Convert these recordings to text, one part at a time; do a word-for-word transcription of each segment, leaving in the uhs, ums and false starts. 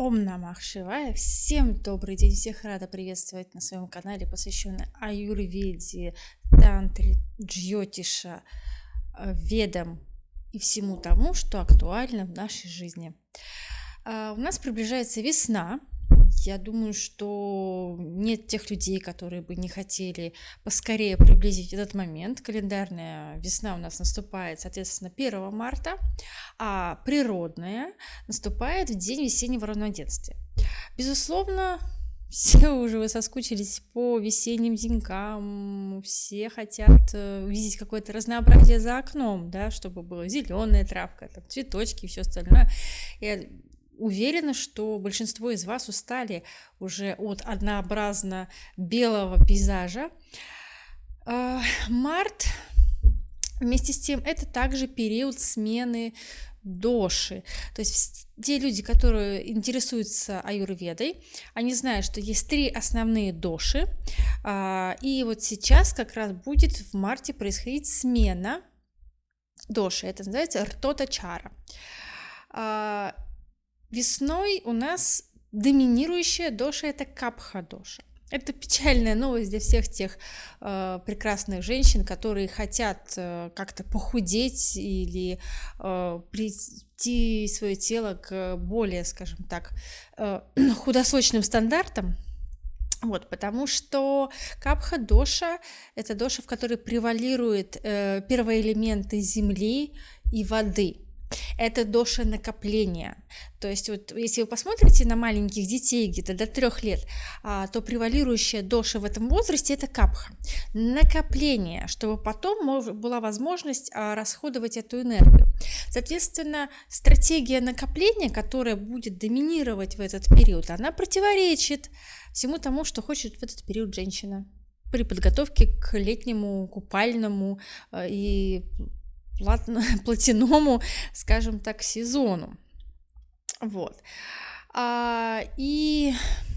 Ом Намах Шивая. Всем добрый день, всех рада приветствовать на своем канале, посвященном аюрведе, тантре, джьотиша, ведам и всему тому, что актуально в нашей жизни. У нас приближается весна. Я думаю, что нет тех людей, которые бы не хотели поскорее приблизить этот момент. Календарная весна у нас наступает, соответственно, первого марта, а природная наступает в день весеннего равноденствия. Безусловно, все уже вы соскучились по весенним денькам, все хотят увидеть какое-то разнообразие за окном, да, чтобы была зеленая травка, там, цветочки и все остальное. Я уверена, что большинство из вас устали уже от однообразно белого пейзажа. Март, вместе с тем, это также период смены доши. То есть те люди, которые интересуются аюрведой, они знают, что есть три основные доши. И вот сейчас как раз будет в марте происходить смена доши. Это называется ртота-чара. Весной у нас доминирующая доша – это капха-доша. Это печальная новость для всех тех э, прекрасных женщин, которые хотят э, как-то похудеть или э, прийти свое тело к более, скажем так, э, худосочным стандартам. Вот, потому что капха-доша – это доша, в которой превалируют э, первоэлементы земли и воды. Это доша накопления. То есть вот если вы посмотрите на маленьких детей где-то до трех лет, то превалирующая доша в этом возрасте – это капха. Накопление, чтобы потом была возможность расходовать эту энергию. Соответственно, стратегия накопления, которая будет доминировать в этот период, она противоречит всему тому, что хочет в этот период женщина при подготовке к летнему купальному и платяному, скажем так, сезону. Вот. А, и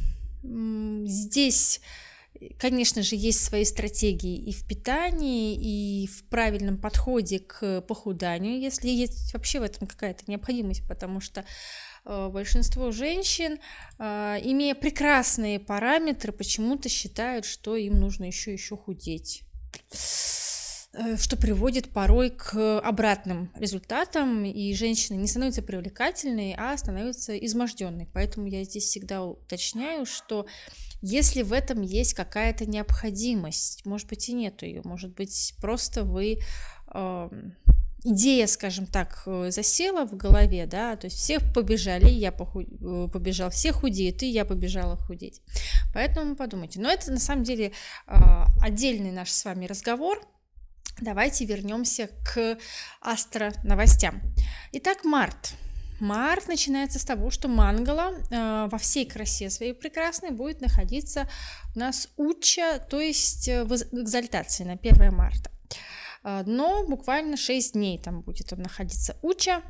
здесь, конечно же, есть свои стратегии и в питании, и в правильном подходе к похуданию, если есть вообще в этом какая-то необходимость, потому что э, большинство женщин, э, имея прекрасные параметры, почему-то считают, что им нужно еще еще худеть, что приводит порой к обратным результатам, и женщина не становится привлекательной, а становится изможденной. Поэтому я здесь всегда уточняю, что если в этом есть какая-то необходимость, может быть и нету ее, может быть просто вы э, идея, скажем так, засела в голове, да, то есть все побежали, я поху... побежал, все худеют, и я побежала худеть. Поэтому подумайте. Но это на самом деле э, отдельный наш с вами разговор. Давайте вернемся к астро-новостям. Итак, март. Март начинается с того, что Мангала э, во всей красе своей прекрасной будет находиться у нас Уча, то есть в экзальтации на первое марта. Э, но буквально шесть дней там будет он находиться Уча.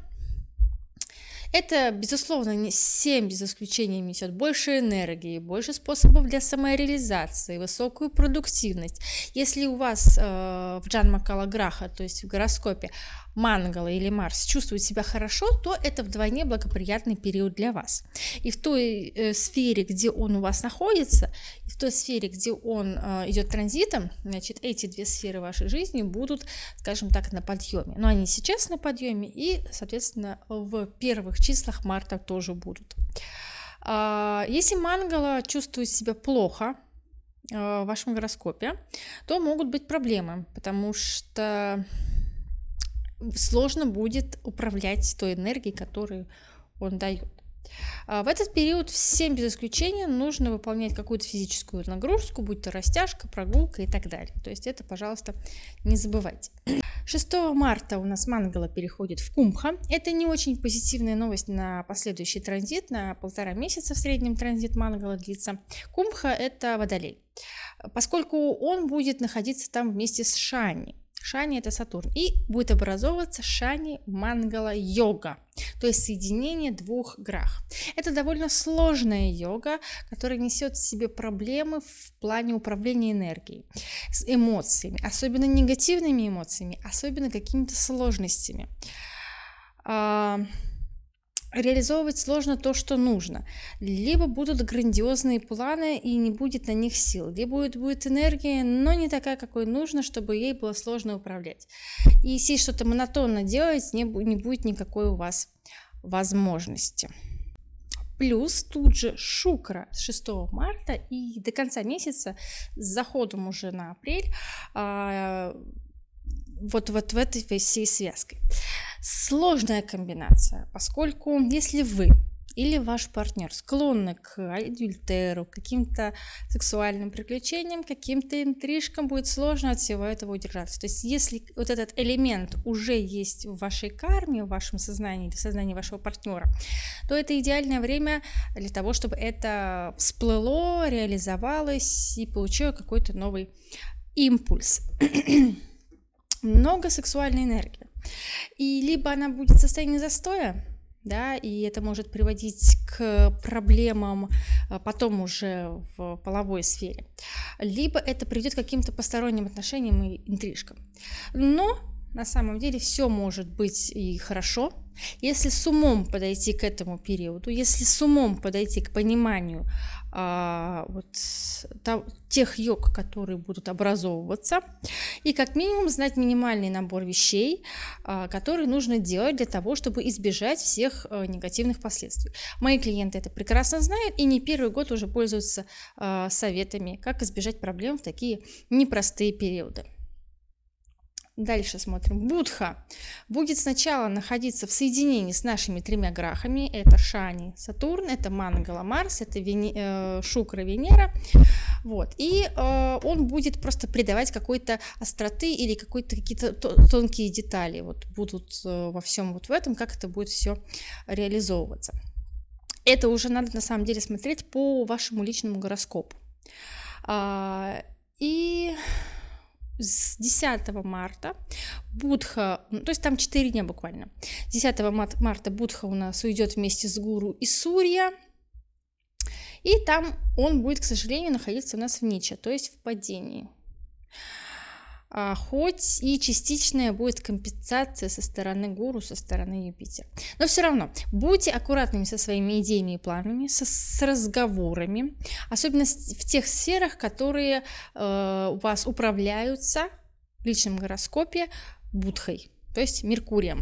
Это, безусловно, семь без исключения несет больше энергии, больше способов для самореализации, высокую продуктивность. Если у вас э, в Джанма-кала граха, то есть в гороскопе, Мангала или Марс чувствует себя хорошо, то это вдвойне благоприятный период для вас. И в той э, сфере, где он у вас находится, и в той сфере, где он э, идет транзитом, значит, эти две сферы вашей жизни будут, скажем так, на подъеме. Но они сейчас на подъеме и, соответственно, в первых числах марта тоже будут. Э, если Мангала чувствует себя плохо э, в вашем гороскопе, то могут быть проблемы, потому что сложно будет управлять той энергией, которую он дает. В этот период всем без исключения нужно выполнять какую-то физическую нагрузку, будь то растяжка, прогулка и так далее. То есть это, пожалуйста, не забывайте. шестого марта у нас Мангала переходит в Кумбха. Это не очень позитивная новость на последующий транзит, на полтора месяца в среднем транзит Мангала длится. Кумбха – это Водолей, поскольку он будет находиться там вместе с Шани. Шани – это Сатурн. И будет образовываться Шани-Мангала-йога, то есть соединение двух грах. Это довольно сложная йога, которая несет в себе проблемы в плане управления энергией, с эмоциями, особенно негативными эмоциями, особенно какими-то сложностями. реализовывать сложно то, что нужно. Либо будут грандиозные планы, и не будет на них сил. Либо будет, будет энергия, но не такая, какой нужно, чтобы ей было сложно управлять. И сесть что-то монотонно делать не, не будет никакой у вас возможности. Плюс тут же Шукра с шестого марта и до конца месяца с заходом уже на апрель а, вот, вот в этой всей связкой. Сложная комбинация, поскольку если вы или ваш партнер склонны к адюльтеру, к каким-то сексуальным приключениям, каким-то интрижкам, будет сложно от всего этого удержаться. То есть если вот этот элемент уже есть в вашей карме, в вашем сознании или в сознании вашего партнера, то это идеальное время для того, чтобы это всплыло, реализовалось и получило какой-то новый импульс. Много сексуальной энергии. И либо она будет в состоянии застоя, да, и это может приводить к проблемам потом уже в половой сфере, либо это приведет к каким-то посторонним отношениям и интрижкам. Но на самом деле все может быть и хорошо, если с умом подойти к этому периоду, если с умом подойти к пониманию а, вот, та, тех йог, которые будут образовываться, и как минимум знать минимальный набор вещей, а, которые нужно делать для того, чтобы избежать всех а, негативных последствий. Мои клиенты это прекрасно знают и не первый год уже пользуются а, советами, как избежать проблем в такие непростые периоды. Дальше смотрим. Будха будет сначала находиться в соединении с нашими тремя грахами. Это Шани, Сатурн, это Мангала, Марс, это Вене... э, Шукра, Венера. Вот. И э, он будет просто придавать какой-то остроты или какой-то какие-то тонкие детали вот, будут э, во всем вот в этом, как это будет все реализовываться. Это уже надо на самом деле смотреть по вашему личному гороскопу. А, и... С десятого марта Будха, то есть там четыре дня буквально, десятого марта Будха у нас уйдет вместе с Гуру и Сурья, и там он будет, к сожалению, находиться у нас в Нича, то есть в падении. А, хоть и частичная будет компенсация со стороны Гуру, со стороны Юпитера. Но все равно будьте аккуратными со своими идеями и планами, со, с разговорами, особенно в тех сферах, которые э, у вас управляются в личном гороскопе Будхой, то есть Меркурием.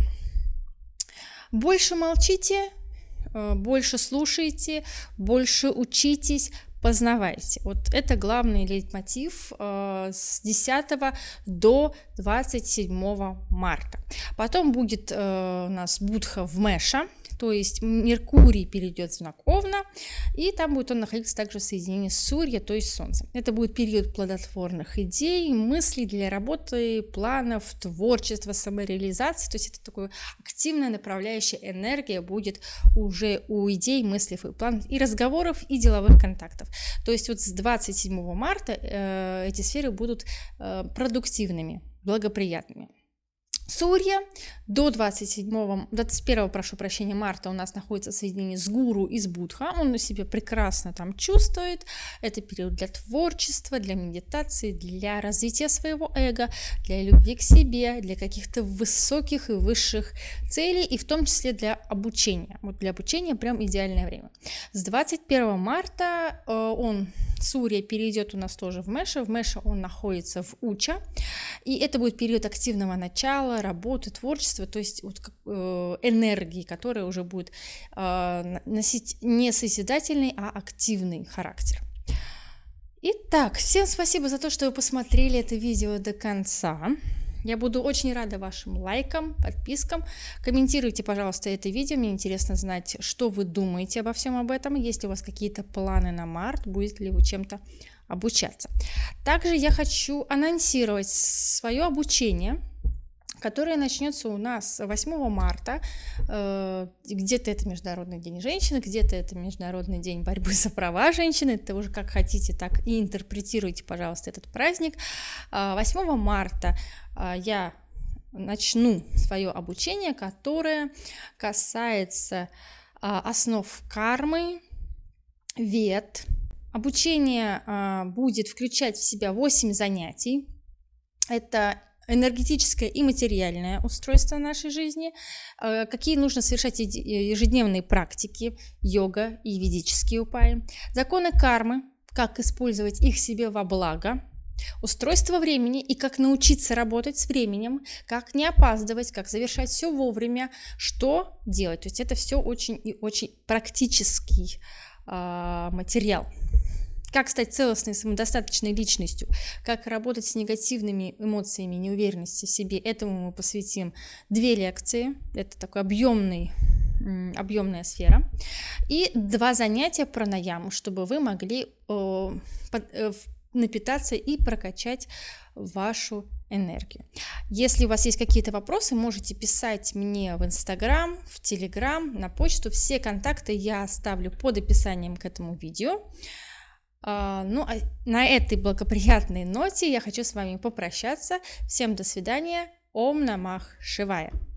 Больше молчите, э, больше слушайте, больше учитесь, познавайте. Вот это главный лейтмотив э, с десятого до двадцать седьмого марта. Потом будет э, у нас Будха в Мэша, то есть Меркурий перейдет в знак Овна, и там будет он находиться также в соединении с Сурья, то есть Солнцем. Это будет период плодотворных идей, мыслей для работы, планов, творчества, самореализации, то есть это такая активная направляющая энергия будет уже у идей, мыслей и планов, и разговоров, и деловых контактов. То есть вот с двадцать седьмого марта э, эти сферы будут э, продуктивными, благоприятными. Сурья до двадцать седьмого, двадцать первого, прошу прощения, марта у нас находится в соединении с Гуру и с Будха. Он себя прекрасно там чувствует. Это период для творчества, для медитации, для развития своего эго, для любви к себе, для каких-то высоких и высших целей, и в том числе для обучения. Вот для обучения прям идеальное время. С двадцать первого марта э, он, Сурья, перейдет у нас тоже в Мэша. В Мэша он находится в Уча. И это будет период активного начала, работы, творчества, то есть вот, э, энергии, которая уже будет э, носить не созидательный, а активный характер. Итак, всем спасибо за то, что вы посмотрели это видео до конца. Я буду очень рада вашим лайкам, подпискам. Комментируйте, пожалуйста, это видео. Мне интересно знать, что вы думаете обо всем об этом. Есть ли у вас какие-то планы на март, будет ли вы чем-то обучаться. Также я хочу анонсировать свое обучение, которое начнется у нас восьмого марта. Где-то это Международный день женщины, где-то это Международный день борьбы за права женщины. Это уже как хотите, так и интерпретируйте, пожалуйста, этот праздник. восьмого марта я начну свое обучение, которое касается основ кармы, вед. Обучение будет включать в себя восемь занятий. Это энергетическое и материальное устройство нашей жизни, какие нужно совершать ежедневные практики, йога и ведические упаи, законы кармы, как использовать их себе во благо, устройство времени и как научиться работать с временем, как не опаздывать, как завершать все вовремя, что делать. То есть это все очень и очень практический э, материал. Как стать целостной, самодостаточной личностью, как работать с негативными эмоциями, неуверенности в себе. Этому мы посвятим две лекции. Это такой объемный, объемная сфера. И два занятия пранаяму, чтобы вы могли э, под, э, напитаться и прокачать вашу энергию. Если у вас есть какие-то вопросы, можете писать мне в Инстаграм, в Телеграм, на почту. Все контакты я оставлю под описанием к этому видео. Uh, ну, а на этой благоприятной ноте я хочу с вами попрощаться. Всем до свидания. Ом Намах Шивая.